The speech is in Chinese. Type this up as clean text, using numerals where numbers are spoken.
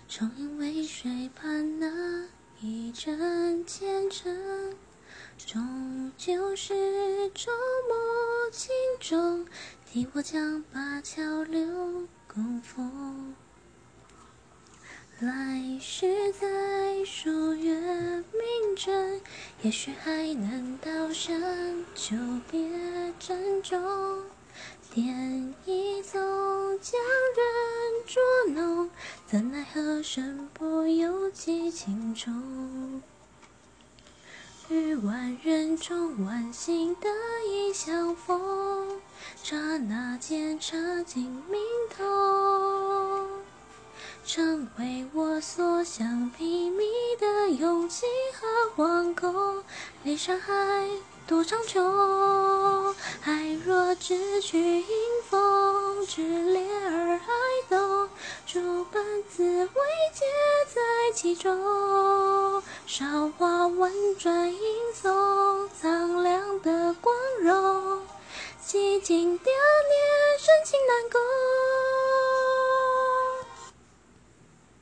重饮渭水畔那一阵前尘，终究是周末轻重，替我将灞桥留供奉。来世再数月明针，也许还能道声久别珍重。点一纵，将人捉弄，怎奈何身不由己情重。于万人中万幸得以相逢，刹那间扯尽名头，成为我所想披靡的勇气和惶恐。离山海多长久，海若只取迎风，炽烈而爱动，诸般滋味皆在其中。韶华婉转吟诵，苍凉的光荣，几经凋年，深情难共。